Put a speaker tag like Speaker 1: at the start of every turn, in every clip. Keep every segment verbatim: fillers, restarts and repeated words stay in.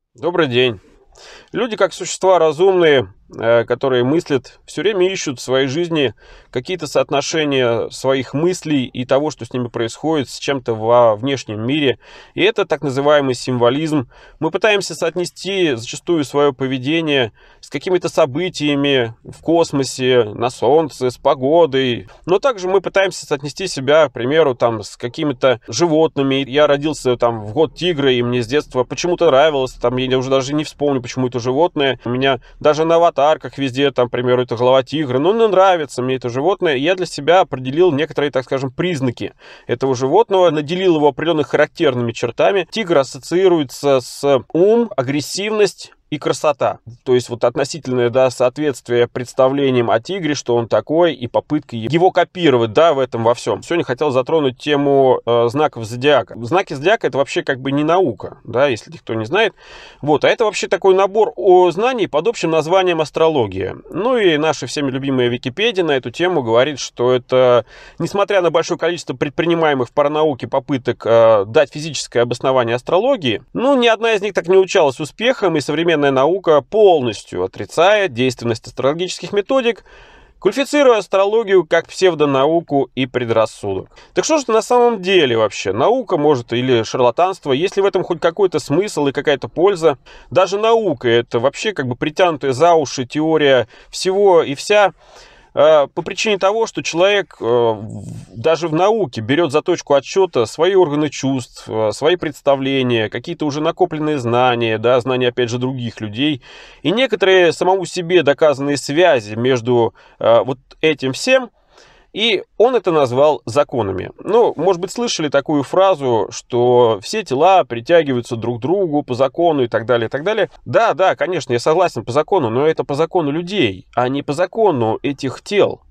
Speaker 1: Добрый день. Люди, как существа разумные, э, которые мыслят, все время ищут в своей жизни какие-то соотношения своих мыслей и того, что с ними происходит, с чем-то во внешнем мире. И это так называемый символизм. Мы пытаемся соотнести зачастую свое поведение с какими-то событиями в космосе, на Солнце, с погодой. Но также мы пытаемся соотнести себя, к примеру, там, с какими-то животными. Я родился там в год тигра, и мне с детства почему-то нравилось, там, я уже даже не вспомню, почему это животное. У меня даже на аватарках везде, там, к примеру, это голова тигра. Ну, ну, нравится мне это животное. Я для себя определил некоторые, так скажем, признаки этого животного, наделил его определенными характерными чертами. Тигр ассоциируется с ум, агрессивность и красота. То есть вот относительное, да, соответствие представлениям о тигре, что он такой, и попытка его копировать, да, в этом во всем. Сегодня хотел затронуть тему э, знаков зодиака. Знаки зодиака — это вообще как бы не наука, да, если никто не знает. Вот, а это вообще такой набор о знаний под общим названием астрология. Ну и наша всеми любимая Википедия на эту тему говорит, что это, несмотря на большое количество предпринимаемых в паранауке попыток э, дать физическое обоснование астрологии, ну, ни одна из них так не увенчалась успехом, и современная наука полностью отрицает действенность астрологических методик, квалифицируя астрологию как псевдонауку и предрассудок. Так что же это на самом деле вообще? Наука, может, или шарлатанство? Есть ли в этом хоть какой-то смысл и какая-то польза? Даже наука — это вообще как бы притянутая за уши теория всего и вся, по причине того, что человек даже в науке берет за точку отсчета свои органы чувств, свои представления, какие-то уже накопленные знания, да, знания, опять же, других людей, и некоторые самому себе доказанные связи между вот этим всем, и он это назвал законами. Ну, может быть, слышали такую фразу, что все тела притягиваются друг к другу по закону и так далее, и так далее. Да, да, конечно, я согласен по закону, но это по закону людей, а не по закону этих тел.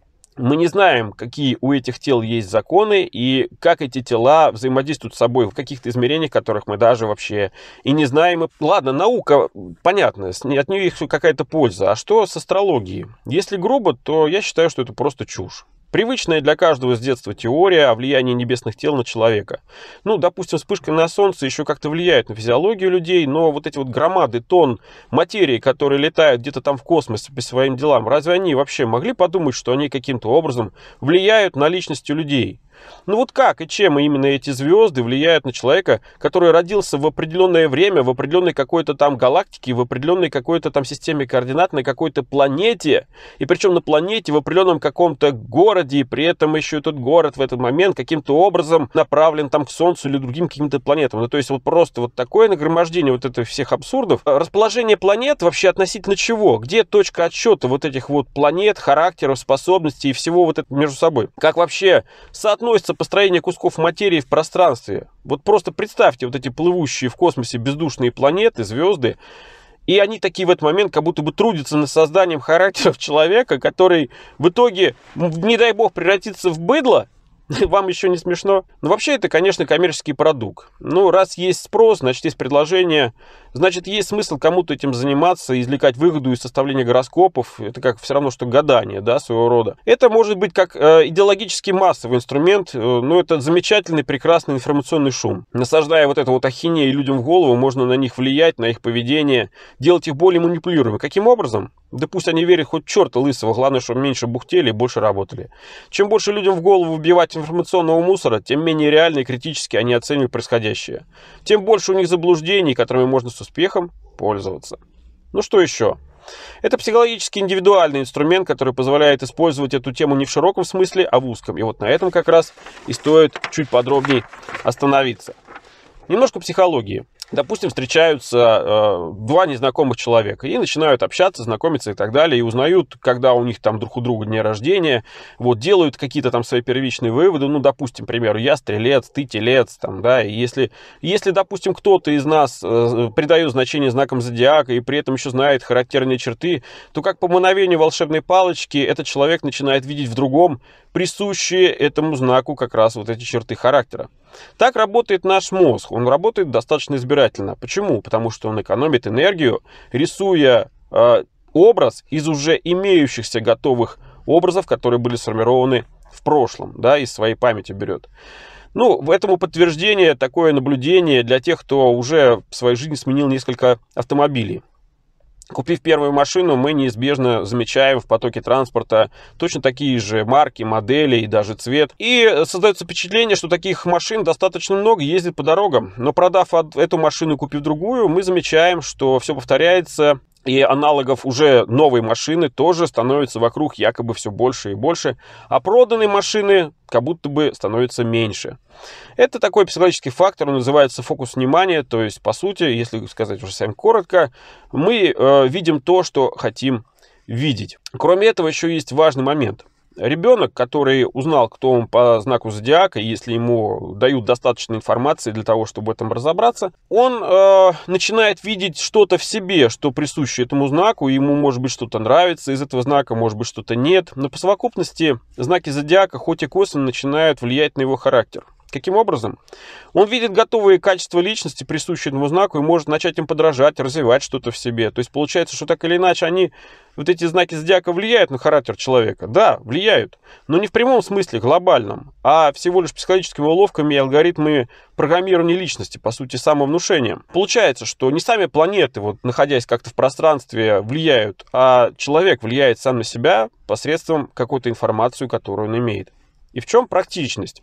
Speaker 1: Мы не знаем, какие у этих тел есть законы и как эти тела взаимодействуют с собой в каких-то измерениях, которых мы даже вообще и не знаем. Ладно, наука, понятно, от нее есть какая-то польза. А что с астрологией? Если грубо, то я считаю, что это просто чушь. Привычная для каждого с детства теория о влиянии небесных тел на человека. Ну, допустим, вспышка на Солнце еще как-то влияет на физиологию людей, но вот эти вот громады тонн материи, которые летают где-то там в космосе по своим делам, разве они вообще могли подумать, что они каким-то образом влияют на личности людей? Ну вот как и чем именно эти звезды влияют на человека, который родился в определенное время, в определенной какой-то там галактике, в определенной какой-то там системе координат, на какой-то планете, и причем на планете в определенном каком-то городе, и при этом еще этот город в этот момент каким-то образом направлен там к Солнцу или другим каким-то планетам. Ну то есть вот просто вот такое нагромождение вот этих всех абсурдов. Расположение планет вообще относительно чего? Где точка отсчета вот этих вот планет, характеров, способностей и всего вот это между собой? Как вообще соотносится построение кусков материи в пространстве? Вот просто представьте вот эти плывущие в космосе бездушные планеты, звезды, и они такие в этот момент как будто бы трудятся над созданием характеров человека, который в итоге, не дай бог, превратится в быдло. Вам еще не смешно? Ну, вообще, это, конечно, коммерческий продукт. Ну, раз есть спрос, значит, есть предложение. Значит, есть смысл кому-то этим заниматься, извлекать выгоду из составления гороскопов. Это как все равно, что гадание, да, своего рода. Это может быть как э, идеологический массовый инструмент, э, но это замечательный, прекрасный информационный шум. Насаждая вот это вот ахинею людям в голову, можно на них влиять, на их поведение, делать их более манипулируемыми. Каким образом? Да пусть они верят хоть черта лысого, главное, чтобы меньше бухтели и больше работали. Чем больше людям в голову вбивать информационного мусора, тем менее реально и критически они оценивают происходящее. Тем больше у них заблуждений, которыми можно с успехом пользоваться. Ну что еще? Это психологически индивидуальный инструмент, который позволяет использовать эту тему не в широком смысле, а в узком. И вот на этом как раз и стоит чуть подробнее остановиться. Немножко психологии. Допустим, встречаются э, два незнакомых человека и начинают общаться, знакомиться и так далее, и узнают, когда у них там друг у друга день рождения, вот, делают какие-то там свои первичные выводы, ну, допустим, к примеру, я стрелец, ты телец, там, да, и если, если, допустим, кто-то из нас э, придает значение знакам зодиака и при этом еще знает характерные черты, то как по мановению волшебной палочки этот человек начинает видеть в другом присущие этому знаку как раз вот эти черты характера. Так работает наш мозг, он работает достаточно избирательно. Почему? Потому что он экономит энергию, рисуя э, образ из уже имеющихся готовых образов, которые были сформированы в прошлом, да, из своей памяти берет. Ну, в этому подтверждение, такое наблюдение для тех, кто уже в своей жизни сменил несколько автомобилей. Купив первую машину, мы неизбежно замечаем в потоке транспорта точно такие же марки, модели и даже цвет. И создается впечатление, что таких машин достаточно много, ездит по дорогам. Но продав эту машину и купив другую, мы замечаем, что все повторяется. И аналогов уже новой машины тоже становится вокруг якобы все больше и больше, а проданные машины как будто бы становятся меньше. Это такой психологический фактор, он называется фокус внимания, то есть, по сути, если сказать уже совсем коротко, мы э, видим то, что хотим видеть. Кроме этого, еще есть важный момент. Ребенок, который узнал, кто он по знаку зодиака, если ему дают достаточно информации для того, чтобы в этом разобраться, он э, начинает видеть что-то в себе, что присуще этому знаку, ему, может быть, что-то нравится из этого знака, может быть, что-то нет. Но по совокупности знаки зодиака, хоть и косвенно, начинают влиять на его характер. Каким образом? Он видит готовые качества личности, присущие этому знаку, и может начать им подражать, развивать что-то в себе. То есть получается, что так или иначе они, вот эти знаки зодиака, влияют на характер человека. Да, влияют, но не в прямом смысле, глобальном, а всего лишь психологическими уловками и алгоритмами программирования личности, по сути, самовнушением. Получается, что не сами планеты, вот, находясь как-то в пространстве, влияют, а человек влияет сам на себя посредством какой-то информации, которую он имеет. И в чем практичность?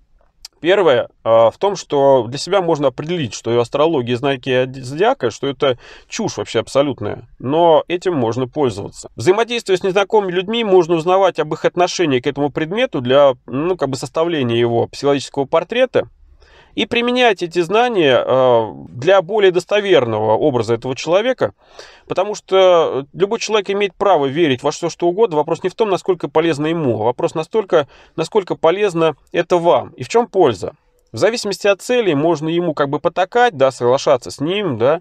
Speaker 1: Первое в том, что для себя можно определить, что астрология и знаки зодиака, что это чушь вообще абсолютная, но этим можно пользоваться. Взаимодействуя с незнакомыми людьми, можно узнавать об их отношении к этому предмету для, ну, как бы составления его психологического портрета и применять эти знания для более достоверного образа этого человека, потому что любой человек имеет право верить во все, что угодно. Вопрос не в том, насколько полезно ему, а вопрос настолько, насколько полезно это вам и в чем польза. В зависимости от цели можно ему как бы потакать, да, соглашаться с ним, да,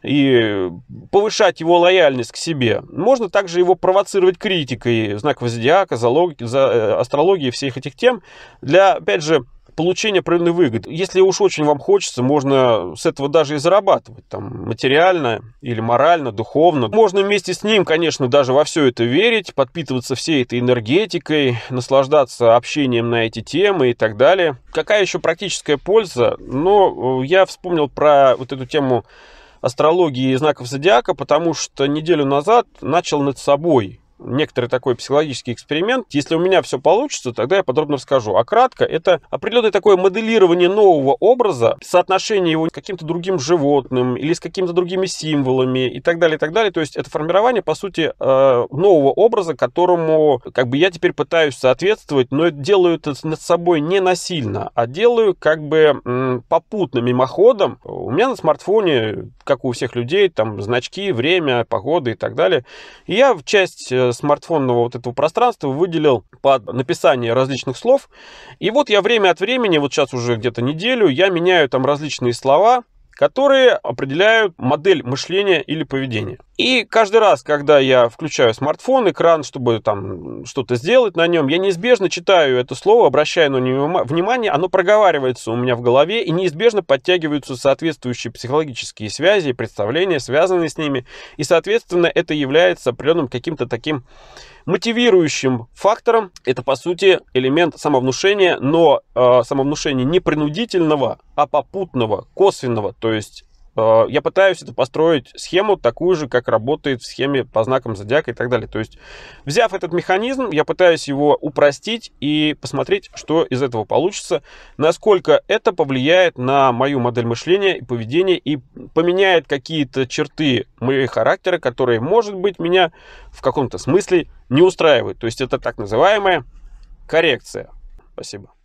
Speaker 1: и повышать его лояльность к себе. Можно также его провоцировать критикой знаков зодиака, астрологии, всех этих тем для, опять же, получение определенной выгоды. Если уж очень вам хочется, можно с этого даже и зарабатывать, там, материально или морально, духовно. Можно вместе с ним, конечно, даже во все это верить, подпитываться всей этой энергетикой, наслаждаться общением на эти темы и так далее. Какая еще практическая польза? Ну, я вспомнил про вот эту тему астрологии и знаков зодиака, потому что неделю назад начал над собой некоторый такой психологический эксперимент. Если у меня все получится, тогда я подробно расскажу. А кратко, это определенное такое моделирование нового образа, соотношение его с каким-то другим животным или с какими-то другими символами и так далее, и так далее. То есть это формирование, по сути, нового образа, которому как бы я теперь пытаюсь соответствовать, но делаю это над собой не насильно, а делаю как бы попутно, мимоходом. У меня на смартфоне, как у всех людей, там значки, время, погода и так далее. И я в часть смартфонного вот этого пространства выделил под написание различных слов. И вот я время от времени, вот сейчас уже где-то неделю, я меняю там различные слова, которые определяют модель мышления или поведения. И каждый раз, когда я включаю смартфон, экран, чтобы там что-то сделать на нем, я неизбежно читаю это слово, обращаю на него внимание, оно проговаривается у меня в голове, и неизбежно подтягиваются соответствующие психологические связи и представления, связанные с ними. И, соответственно, это является определенным каким-то таким мотивирующим фактором. Это, по сути, элемент самовнушения, но э, самовнушения не принудительного, а попутного, косвенного. То есть э, я пытаюсь это построить схему такую же, как работает в схеме по знакам зодиака и так далее. То есть, взяв этот механизм, я пытаюсь его упростить и посмотреть, что из этого получится, насколько это повлияет на мою модель мышления и поведения и поменяет какие-то черты моего характера, которые, может быть, меня в каком-то смысле не устраивают. То есть это так называемая коррекция. Спасибо.